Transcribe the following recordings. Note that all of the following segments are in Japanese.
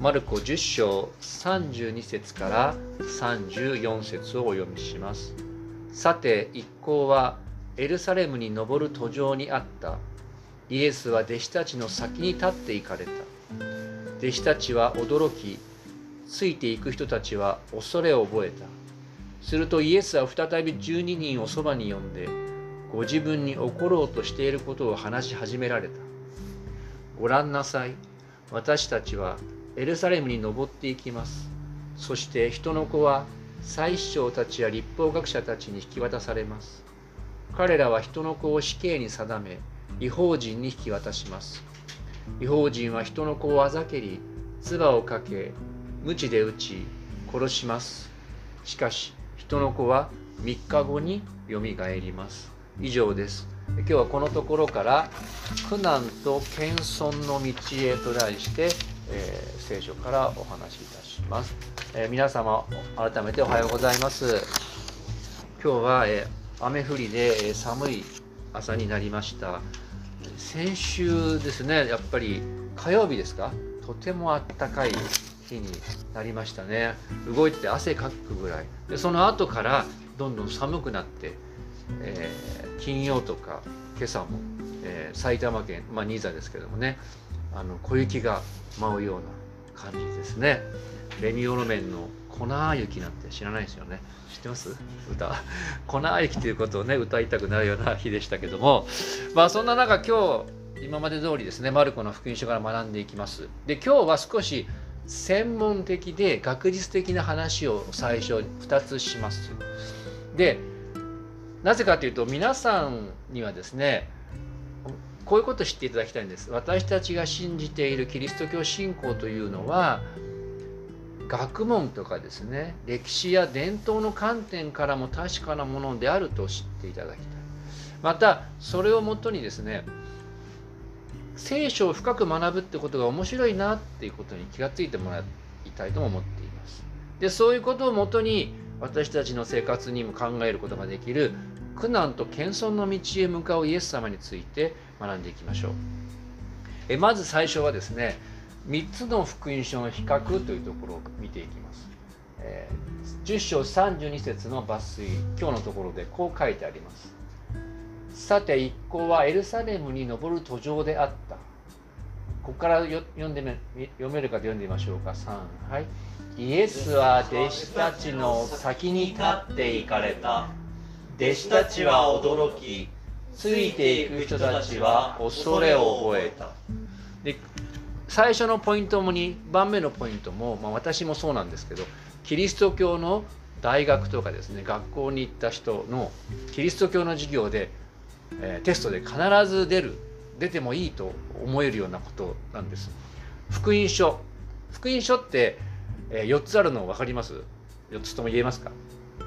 マルコ10章32節から34節をお読みします。さて一行はエルサレムに登る途上にあった。イエスは弟子たちの先に立って行かれた。弟子たちは驚き、ついていく人たちは恐れを覚えた。するとイエスは再び12人をそばに呼んで、ご自分に起ころうとしていることを話し始められた。ご覧なさい。私たちはエルサレムに登っていきます。そして人の子は祭司長たちや律法学者たちに引き渡されます。彼らは人の子を死刑に定め、異邦人に引き渡します。異邦人は人の子をあざけり、唾をかけ、鞭で打ち、殺します。しかし、人の子は3日後によみがえります。以上です。今日はこのところから、苦難と謙遜の道へと題して、聖書からお話しいたします。皆様、改めておはようございます。今日は、雨降りで寒い朝になりました。先週ですね、やっぱり火曜日ですか、とても暖かい日になりましたね。動いてて汗かくぐらいで、その後からどんどん寒くなって、金曜とか今朝も、埼玉県、新座ですけどもね、小雪が舞うような感じですね。レミオロメンの粉雪なんて知らないですよね。知ってます？歌粉雪ということをね、歌いたくなるような日でしたけども、そんな中、今日今まで通りですね、マルコの福音書から学んでいきます。で、今日は少し専門的で学術的な話を最初2つします。で、なぜかというと、皆さんにはですね、こういうことを知っていただきたいんです。私たちが信じているキリスト教信仰というのは、学問とかですね、歴史や伝統の観点からも確かなものであると知っていただきたい。またそれをもとにですね、聖書を深く学ぶってことが面白いなっていうことに気がついてもらいたいとも思っています。で、そういうことをもとに私たちの生活にも考えることができる苦難と謙遜の道へ向かうイエス様について学んでいきましょう。まず最初はですね、3つの福音書の比較というところを見ていきます。10章32節の抜粋、今日のところでこう書いてあります。さて一行はエルサレムに登る途上であった。ここから読めるかで読んでみましょうか。3、はい。イエスは弟子たちの先に立って行かれた。弟子たちは驚き、ついていく人たちは恐れを覚えた。で、最初のポイントも2番目のポイントも、私もそうなんですけど、キリスト教の大学とかですね、学校に行った人のキリスト教の授業で、テストで必ず出てもいいと思えるようなことなんです。福音書って、4つあるの分かります？ 4 つとも言えますか？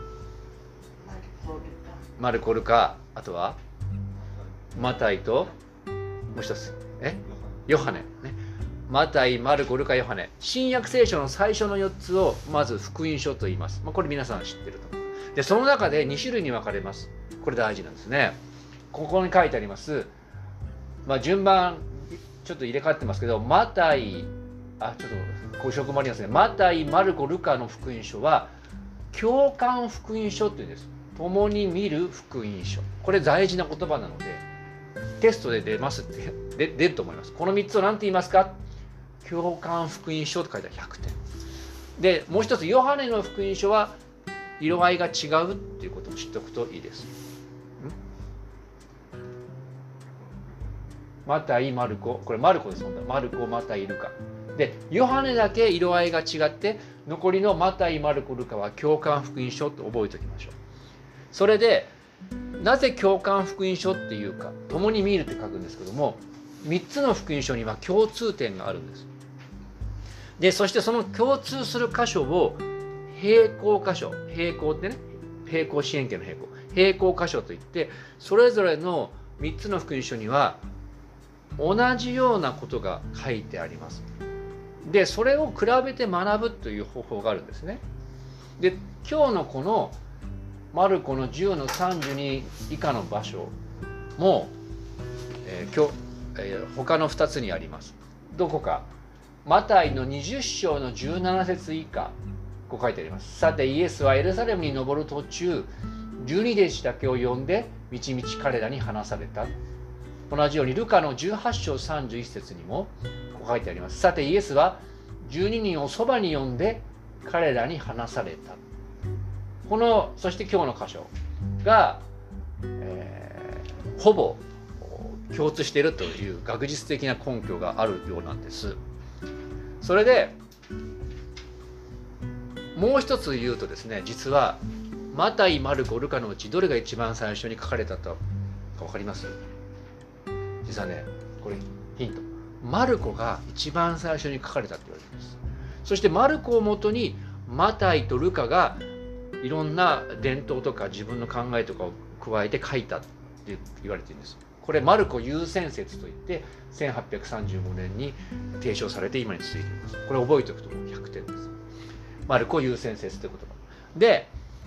マルコ、ルカ、あとはマタイともう一つヨハネね。マタイ、マルコ、ルカ、ヨハネ。新約聖書の最初の4つをまず福音書と言います。これ皆さん知ってると。で、その中で2種類に分かれます。これ大事なんですね。ここに書いてあります。順番ちょっと入れ替わってますけど、マタイ、ちょっとこういう職もありますね。マタイ、マルコ、ルカの福音書は共感福音書っていうんです。共に見る福音書。これ大事な言葉なので、テストで出ますって出ると思います。この3つを何て言いますか？共感福音書と書いてある100点。で、もう一つ、ヨハネの福音書は色合いが違うっていうことを知っておくといいです。マタイ、マルコ、これマルコです。マルコ、マタイ、ルカ。で、ヨハネだけ色合いが違って、残りのマタイ、マルコ、ルカは共感福音書と覚えておきましょう。それで、なぜ共感福音書っていうか、共に見るって書くんですけども、3つの福音書には共通点があるんです。で、そしてその共通する箇所を並行箇所、並行ってね、並行四辺形の並行、並行箇所といって、それぞれの3つの福音書には同じようなことが書いてあります。で、それを比べて学ぶという方法があるんですね。で、今日のこのマルコの10の32以下の場所も、他の2つにあります。どこかマタイの20章の17節以下、こう書いてあります。さてイエスはエルサレムに登る途中、12弟子だけを呼んで道々彼らに話された。同じようにルカの18章31節にもこう書いてあります。さてイエスは12人をそばに呼んで彼らに話された。そして今日の箇所が、ほぼ共通しているという学術的な根拠があるようなんです。それでもう一つ言うとですね、実はマタイ、マルコ、ルカのうちどれが一番最初に書かれたか分かります？実はね、これヒント。マルコが一番最初に書かれたって言われています。そしてマルコをもとにマタイとルカがいろんな伝統とか自分の考えとかを加えて書いたって言われているんです。これマルコ優先説といって1835年に提唱されて今に続いています。これ覚えておくと100点です。マルコ優先説という言葉で、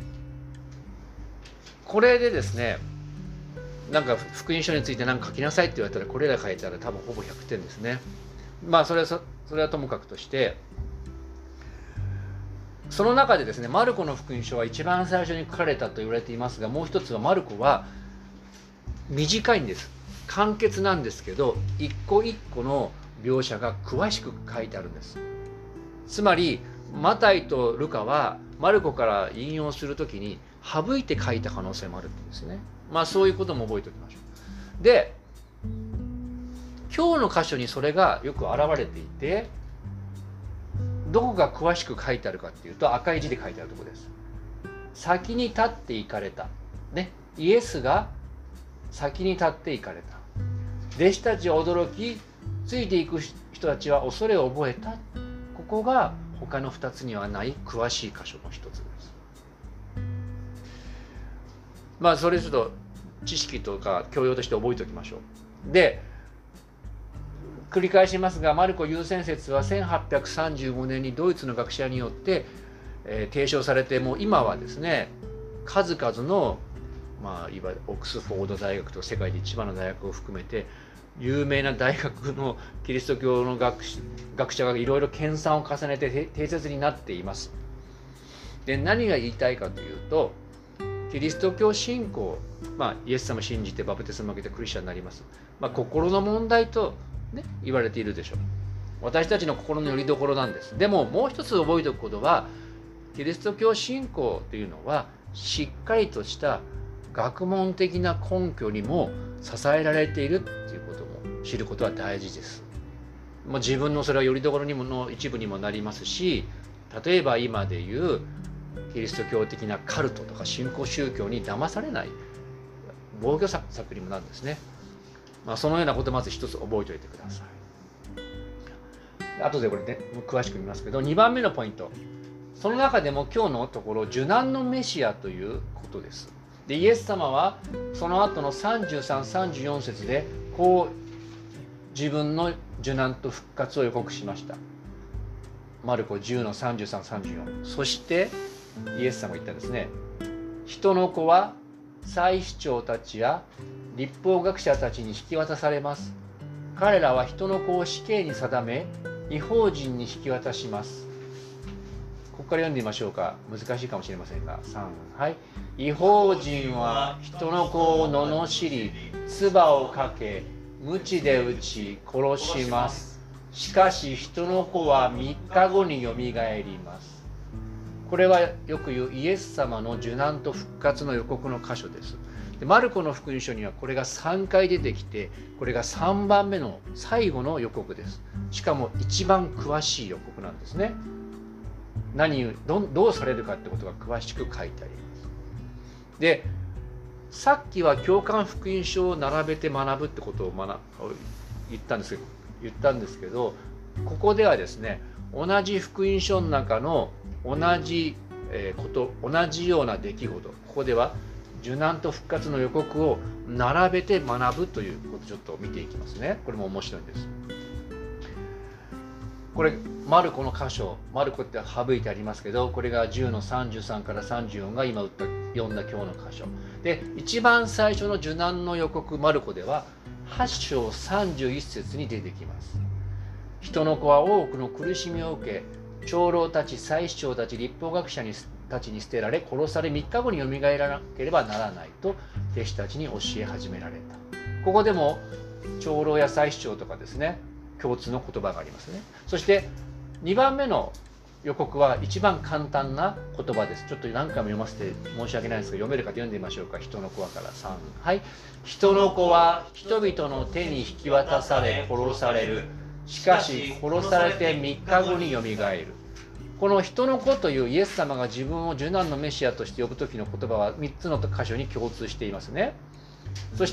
これでですね、なんか福音書について何か書きなさいって言われたらこれら書いたら多分ほぼ100点ですね。まあそれはともかくとして、その中でですね、マルコの福音書は一番最初に書かれたと言われていますが、もう一つはマルコは短いんです。簡潔なんですけど、一個一個の描写が詳しく書いてあるんです。つまりマタイとルカはマルコから引用するときに省いて書いた可能性もあるんですね。まあそういうことも覚えておきましょう。で、今日の箇所にそれがよく表れていて、どこが詳しく書いてあるかっていうと、赤い字で書いてあるところです。先に立って行かれた、ね、イエスが先に立って行かれた。弟子たちは驚き、ついていく人たちは恐れを覚えた。ここが他の2つにはない詳しい箇所の一つです。まあそれちょっと知識とか教養として覚えておきましょう。で、繰り返しますが、マルコ優先説は1835年にドイツの学者によって、提唱されて、もう今はですね、数々の、まあ、いわゆるオックスフォード大学と世界で一番の大学を含めて有名な大学のキリスト教の学者がいろいろ研鑽を重ねて定説になっています。で、何が言いたいかというと、キリスト教信仰、まあ、イエス様を信じてバプテスマを受けてクリスチャンになります。まあ、心の問題と、ね、言われているでしょう。私たちの心の拠り所なんです。でももう一つ覚えておくことは、キリスト教信仰というのはしっかりとした学問的な根拠にも支えられているっていうことも知ることは大事です。もう自分のそれは拠り所にもの一部にもなりますし、例えば今でいうキリスト教的なカルトとか新興宗教に騙されない防御策にもなるんですね。まあ、そのようなことをまず一つ覚えておいてください。後でこれね、詳しく見ますけど、2番目のポイント。その中でも今日のところ、受難のメシアということです。で、イエス様はその後の33、34節でこう自分の受難と復活を予告しました。マルコ10の33、34。そしてイエス様が言ったんですね。人の子は祭司長たちや律法学者たちに引き渡されます。彼らは人の子を死刑に定め、異邦人に引き渡します。ここから読んでみましょうか。難しいかもしれませんが、3、はい。異邦人は人の子を罵り、唾をかけ、鞭で打ち殺します。しかし人の子は3日後によみがえります。これはよく言うイエス様の受難と復活の予告の箇所です。で、マルコの福音書にはこれが3回出てきて、これが3番目の最後の予告です。しかも一番詳しい予告なんですね。どうされるかってことが詳しく書いてあります。で、さっきは教会福音書を並べて学ぶってことを言ったんですけど、ここではですね、同じ福音書の中の同じ同じような出来事、ここでは受難と復活の予告を並べて学ぶということをちょっと見ていきますね。これも面白いんです。これマルコの箇所、マルコって省いてありますけど、これが10の33から34が今読んだ今日の箇所で、一番最初の受難の予告、マルコでは8章31節に出てきます。 人の子は多くの苦しみを受け、長老たち、祭司長たち、律法学者たちに捨てられ、殺され、3日後によみがえらなければならないと弟子たちに教え始められた。ここでも長老や祭司長とかですね、共通の言葉がありますね。そして2番目の予告は一番簡単な言葉です。ちょっと何回も読ませて申し訳ないんですが、読めるか読んでみましょうか。人の子はから3。はい。人の子は人々の手に引き渡され殺される。しかし殺されて3日後によみがえる。この人の子というイエス様が自分を受難のメシアとして呼ぶ時の言葉は3つの箇所に共通していますね。そして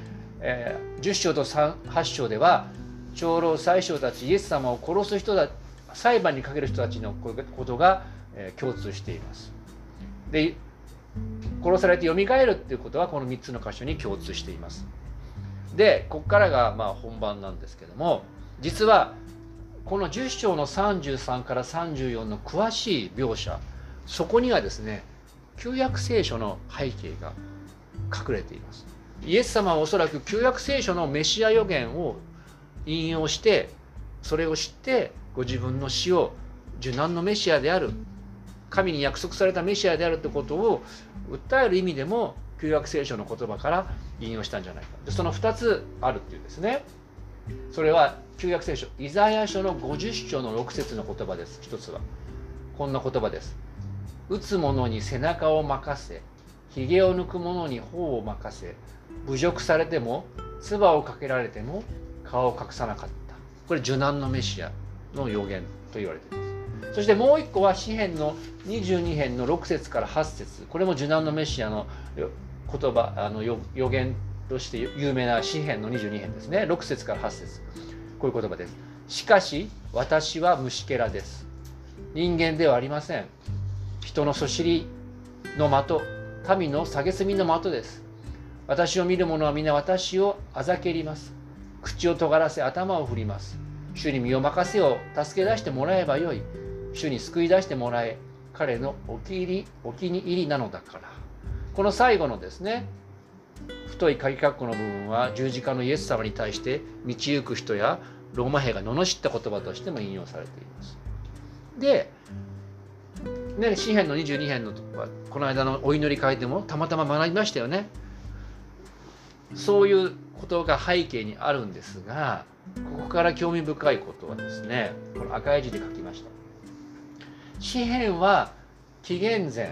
、10章と8章では長老祭司長たち、イエス様を殺す人だ、裁判にかける人たちのことが共通しています。で、殺されてよみがえるっていうことはこの3つの箇所に共通しています。で、ここからが本番なんですけども、実はこの10章の33から34の詳しい描写、そこにはですね、旧約聖書の背景が隠れています。イエス様はおそらく旧約聖書のメシア予言を引用して、それを知ってご自分の死を受難のメシアである、神に約束されたメシアであるということを訴える意味でも旧約聖書の言葉から引用したんじゃないか。で、その2つあるっていうんですね。それは旧約聖書イザヤ書の50章の6節の言葉です。一つはこんな言葉です。打つ者に背中を任せ、ひげを抜く者に頬を任せ、侮辱されても唾をかけられても顔を隠さなかった。これ受難のメシアの予言と言われています。そしてもう一個は詩編の22編の6節から8節、これも受難のメシアの言葉、予言として有名な詩編の22編ですね。6節から8節、こういう言葉です。しかし私は虫けらです。人間ではありません。人のそしりの的、民の蔑みの的です。私を見る者は皆私をあざけります。口を尖らせ頭を振ります。主に身を任せよう。助け出してもらえばよい。主に救い出してもらえ。彼のお気に入りなのだから。この最後のですね、太い鍵括弧の部分は十字架のイエス様に対して道行く人やローマ兵が罵った言葉としても引用されています。で、詩編の22編のこの間のお祈り会でもたまたま学びましたよね。そういうことが背景にあるんですが、ここから興味深いことはですね、この赤い字で書きました。詩編は紀元前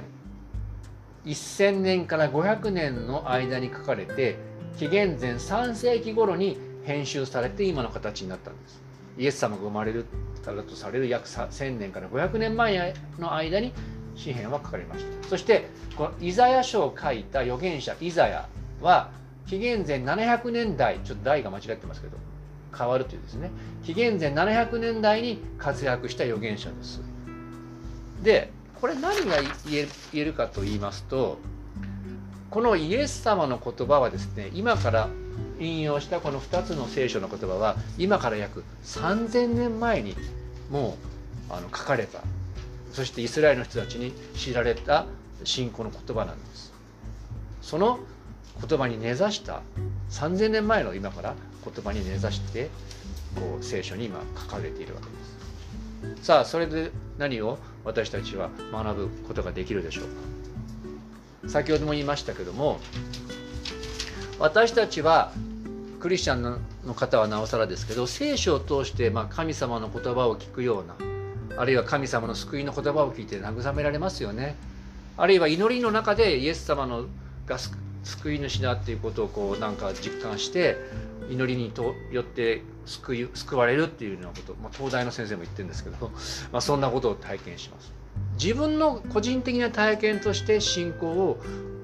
1000年から500年の間に書かれて、紀元前3世紀頃に編集されて今の形になったんです。イエス様が生まれるからとされる約1000年から500年前の間に詩編は書かれました。そしてこのイザヤ書を書いた預言者イザヤは紀元前700年代、ちょっと代が間違ってますけど変わるというですね、紀元前700年代に活躍した預言者です。で、これ何が言えるかと言いますと、このイエス様の言葉はですね、今から引用したこの2つの聖書の言葉は今から約3000年前にもう書かれた、そしてイスラエルの人たちに知られた信仰の言葉なんです。その言葉に根ざした3000年前の今から言葉に根ざしてこう聖書に今書かれているわけです。さあ、それで何を私たちは学ぶことができるでしょうか。先ほども言いましたけども、私たちはクリスチャンの方はなおさらですけど、聖書を通して神様の言葉を聞くような、あるいは神様の救いの言葉を聞いて慰められますよね。あるいは祈りの中でイエス様のが救い主だっていうことをこうなんか実感して祈りによって救われるっていうようなこと、東大の先生も言ってるんですけど、そんなことを体験します。自分の個人的な体験として信仰を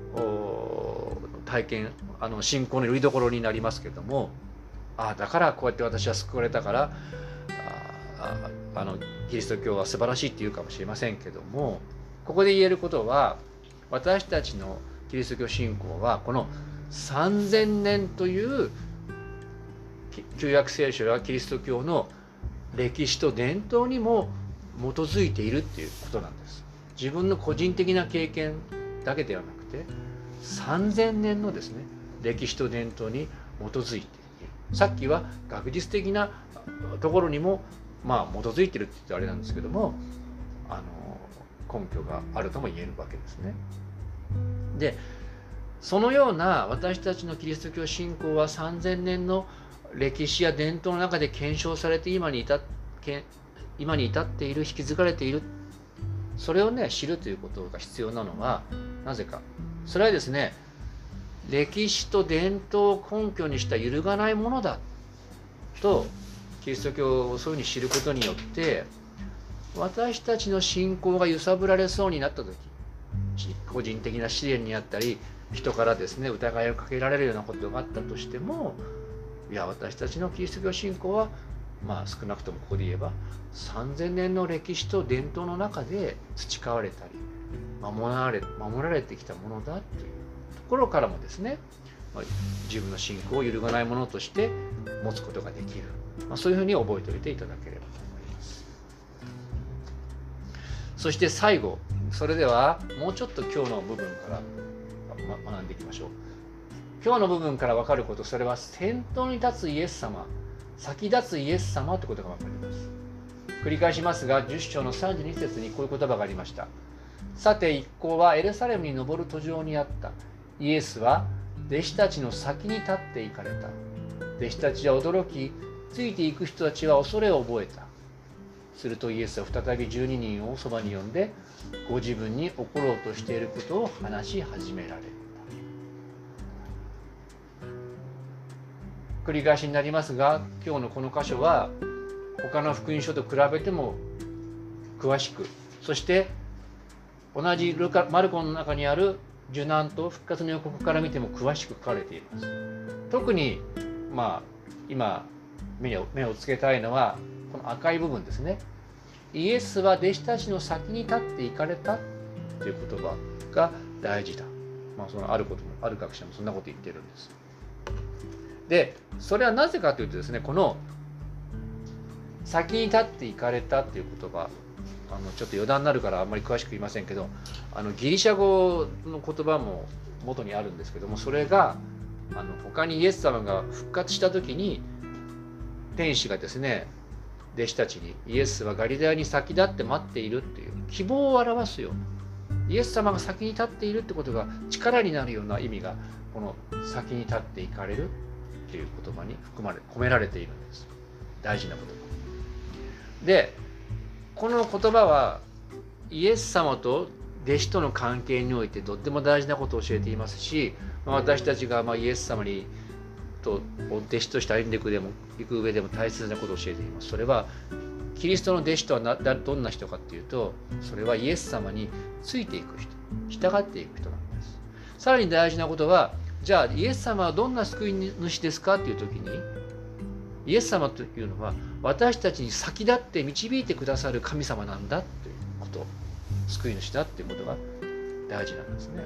信仰のよりどころになりますけども、だからこうやって私は救われたからキリスト教は素晴らしいって言うかもしれませんけども、ここで言えることは、私たちのキリスト教信仰はこの3000年という旧約聖書やキリスト教の歴史と伝統にも基づいているっていうことなんです。自分の個人的な経験だけではなくて3000年のですね歴史と伝統に基づいている。さっきは学術的なところにもまあ基づいてるって言ってあれなんですけども、根拠があるとも言えるわけですね。でそのような私たちのキリスト教信仰は3000年の歴史や伝統の中で検証されて今に至っている、引き継がれている、それをね知るということが必要なのはなぜか。それはですね、歴史と伝統を根拠にした揺るがないものだとキリスト教をそういうふうに知ることによって、私たちの信仰が揺さぶられそうになった時、個人的な試練にあったり人からですね疑いをかけられるようなことがあったとしても、いや私たちのキリスト教信仰はまあ少なくともここで言えば3000年の歴史と伝統の中で培われたり守られてきたものだというところからもですね、自分の信仰を揺るがないものとして持つことができる、そういうふうに覚えておいていただければと思います。そして最後、それではもうちょっと今日の部分から学んでいきましょう。今日の部分から分かること、それは先頭に立つイエス様、先立つイエス様ということが分かります。繰り返しますが、10章の32節にこういう言葉がありました。さて一行はエルサレムに登る途上にあった。イエスは弟子たちの先に立って行かれた。弟子たちは驚き、ついていく人たちは恐れを覚えた。するとイエスは再び12人をそばに呼んで、ご自分に起ころうとしていることを話し始められた。繰り返しになりますが、今日のこの箇所は他の福音書と比べても詳しく、そして同じマルコの中にある受難と復活の予告から見ても詳しく書かれています。特に今目をつけたいのはこの赤い部分ですね。イエスは弟子たちの先に立って行かれたという言葉が大事だ。そのある学者もそんなこと言ってるんです。でそれはなぜかというとですね、この先に立って行かれたという言葉、ちょっと余談になるからあんまり詳しく言いませんけど、ギリシャ語の言葉も元にあるんですけども、それが他にイエス様が復活した時に天使がですね弟子たちにイエスはガリラヤに先立って待っているっていう希望を表すような、イエス様が先に立っているってことが力になるような意味がこの先に立っていかれるっていう言葉に込められているんです。大事な言葉で、この言葉はイエス様と弟子との関係においてとっても大事なことを教えていますし、私たちがイエス様にと弟子として歩んでいく上でも大切なことを教えています。それはキリストの弟子とはどんな人かっていうと、それはイエス様についていく人、従っていく人なんです。さらに大事なことは、じゃあイエス様はどんな救い主ですかっていう時に、イエス様というのは私たちに先立って導いてくださる神様なんだということ、救い主だっていうことが大事なんですね。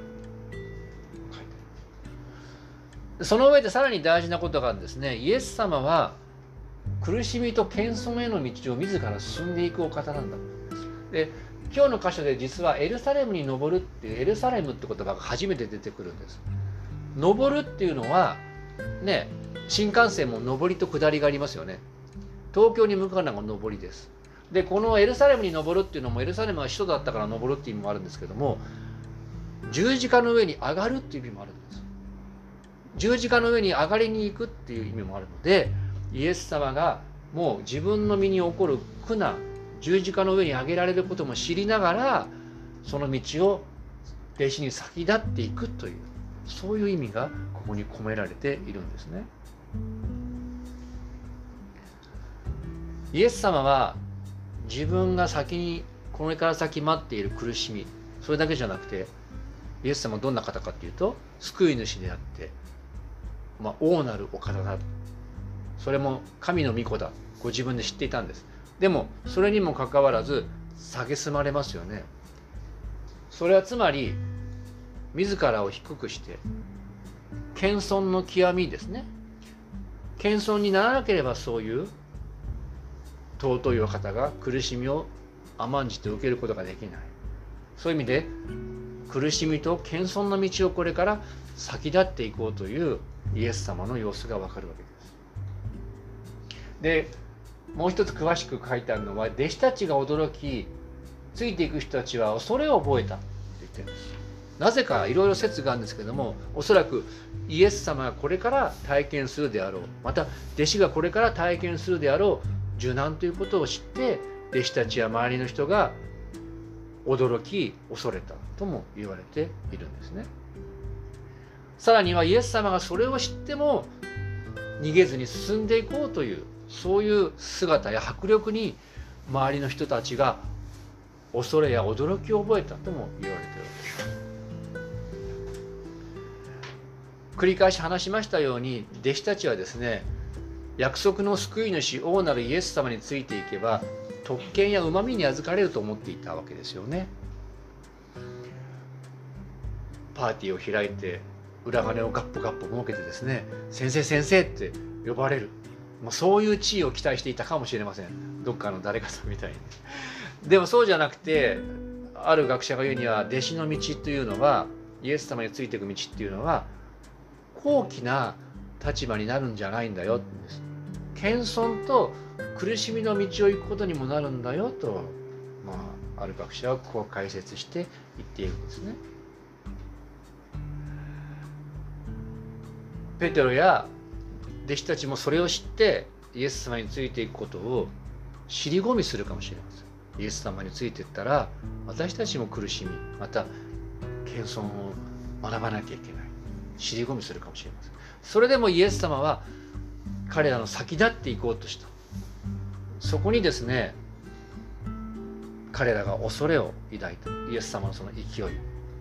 その上でさらに大事なことがあるんですね。イエス様は苦しみと謙遜への道を自ら進んでいくお方なんだ。で、今日の箇所で実はエルサレムに登るっていうエルサレムって言葉が初めて出てくるんです。登るっていうのはね、新幹線も上りと下りがありますよね。東京に向かうのが上りです。で、このエルサレムに登るっていうのも、エルサレムは首都だったから登るっていう意味もあるんですけども、十字架の上に上がるっていう意味もあるんです。十字架の上に上がりに行くっていう意味もあるので、イエス様がもう自分の身に起こる苦難、十字架の上に上げられることも知りながら、その道を弟子に先立っていくという、そういう意味がここに込められているんですね。イエス様は自分が先にこれから先待っている苦しみ、それだけじゃなくて、イエス様はどんな方かっていうと、救い主であって、王なるお方だ、それも神の御子だ、ご自分で知っていたんです。でもそれにもかかわらず蔑まれますよね。それはつまり自らを低くして謙遜の極みですね。謙遜にならなければそういう尊いお方が苦しみを甘んじて受けることができない。そういう意味で苦しみと謙遜の道をこれから先立っていこうというイエス様の様子がわかるわけです。で、 もう一つ詳しく書いてあるのは、弟子たちが驚き、ついていく人たちは恐れを覚えたって言ってるんです。なぜかいろいろ説があるんですけども、おそらくイエス様がこれから体験するであろう、また弟子がこれから体験するであろう受難ということを知って、弟子たちや周りの人が驚き恐れたとも言われているんですね。さらにはイエス様がそれを知っても逃げずに進んでいこうという、そういう姿や迫力に周りの人たちが恐れや驚きを覚えたとも言われているわけです。繰り返し話しましたように、弟子たちはですね、約束の救い主王なるイエス様についていけば特権やうまみに預かれると思っていたわけですよね。パーティーを開いて裏金をガッポガッポ儲けてですね、先生先生って呼ばれる、そういう地位を期待していたかもしれません、どっかの誰かさんみたいに。でもそうじゃなくて、ある学者が言うには、弟子の道というのは、イエス様についていく道っていうのは高貴な立場になるんじゃないんだよって言うんです。謙遜と苦しみの道を行くことにもなるんだよと、ある学者はこう解説して言っているんですね。ペテロや弟子たちもそれを知ってイエス様についていくことを尻込みするかもしれません。イエス様についていったら私たちも苦しみ、また謙遜を学ばなきゃいけない、尻込みするかもしれません。それでもイエス様は彼らの先立っていこうとした。そこにですね、彼らが恐れを抱いた。イエス様のその勢い、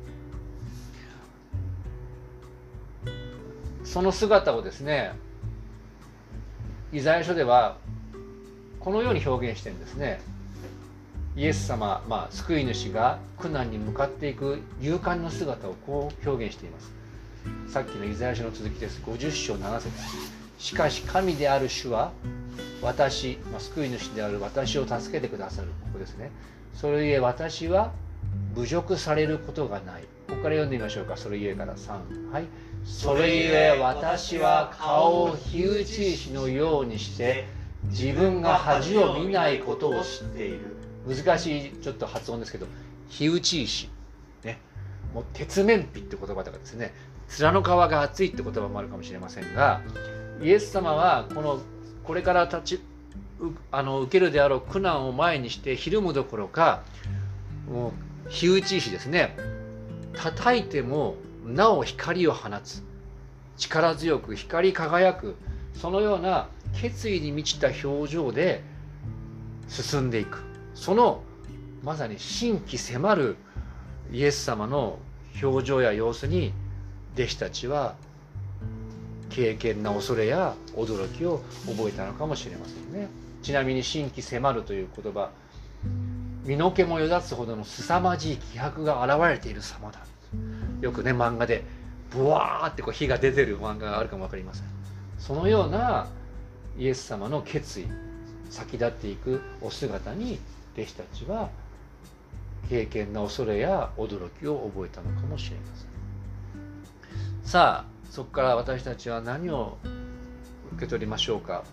その姿をですね、イザヤ書ではこのように表現してるんですね。イエス様、救い主が苦難に向かっていく勇敢な姿をこう表現しています。さっきのイザヤ書の続きです。50章7節。しかし神である主は私、救い主である私を助けてくださる。ここですね。それゆえ私は侮辱されることがない。ここから読んでみましょうか。それゆえから3。はい。それゆえ私は顔を火打ち石のようにして自分が恥を見ないことを知っている。難しいちょっと発音ですけど、火打ち石、ね、もう鉄面皮って言葉とかですね、面の皮が厚いって言葉もあるかもしれませんが、イエス様はこれから受けるであろう苦難を前にしてひるむどころか、もう火打ち石ですね、叩いてもなお光を放つ、力強く光り輝く、そのような決意に満ちた表情で進んでいく。そのまさに神奇迫るイエス様の表情や様子に弟子たちは敬虔な恐れや驚きを覚えたのかもしれませんね。ちなみに神奇迫るという言葉、身の毛もよだつほどの凄まじい気迫が現れている様だ。よくね、漫画でブワーって火が出てる漫画があるかも分かりません。そのようなイエス様の決意、先立っていくお姿に弟子たちは敬虔な恐れや驚きを覚えたのかもしれません。さあ、そこから私たちは何を受け取りましょうか。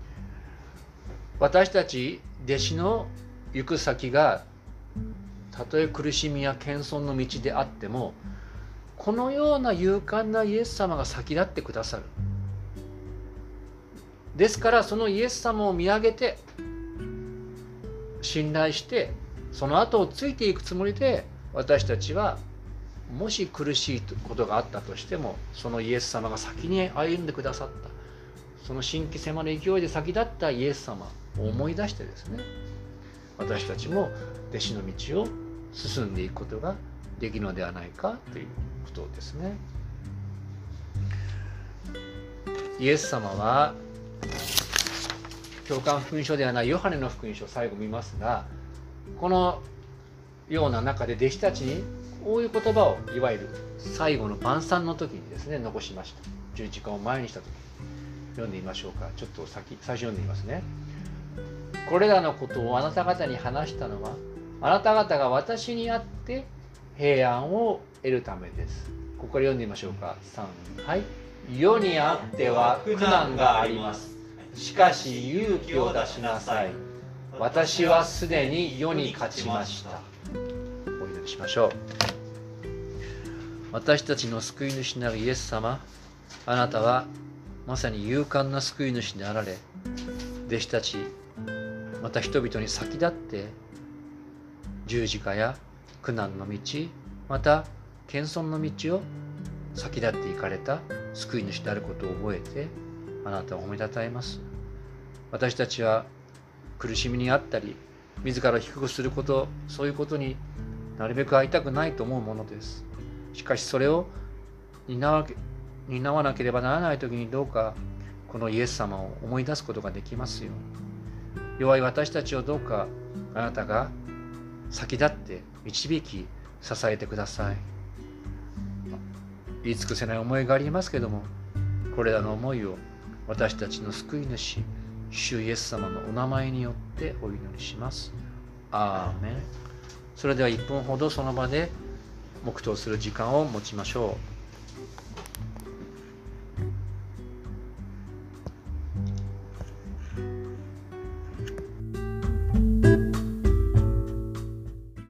私たち弟子の行く先がたとえ苦しみや謙遜の道であっても、このような勇敢なイエス様が先立ってくださる。ですからそのイエス様を見上げて信頼して、その後をついていくつもりで、私たちはもし苦しいことがあったとしても、そのイエス様が先に歩んでくださった、その神奇迫る勢いで先立ったイエス様を思い出してですね、私たちも弟子の道を進んでいくことができるのではないかということですね。イエス様は教会福音書ではないヨハネの福音書を最後見ますが、このような中で弟子たちにこういう言葉を、いわゆる最後の晩餐の時にですね残しました。十字架を前にした時、読んでみましょうか。ちょっと最初読んでみますね。これらのことをあなた方に話したのは、あなた方が私にあって平安を得るためです。ここから読んでみましょうか。3、はい。世にあっては苦難があります。 しかし勇気を出しなさい。私はすでに世に勝ちました。お祈りしましょう。私たちの救い主なるイエス様、あなたはまさに勇敢な救い主であられ、弟子たち、また人々に先立って十字架や苦難の道、また謙遜の道を先立っていかれた救い主であることを覚えて、あなたを褒めたたえます。私たちは苦しみにあったり、自らを低くすること、そういうことになるべく会いたくないと思うものです。しかしそれを担わなければならないときに、どうかこのイエス様を思い出すことができますように。弱い私たちをどうかあなたが先立って導き支えてください。言い尽くせない思いがありますけども、これらの思いを私たちの救い主、主イエス様のお名前によってお祈りします。アーメン。それでは1分ほどその場で黙祷する時間を持ちましょう。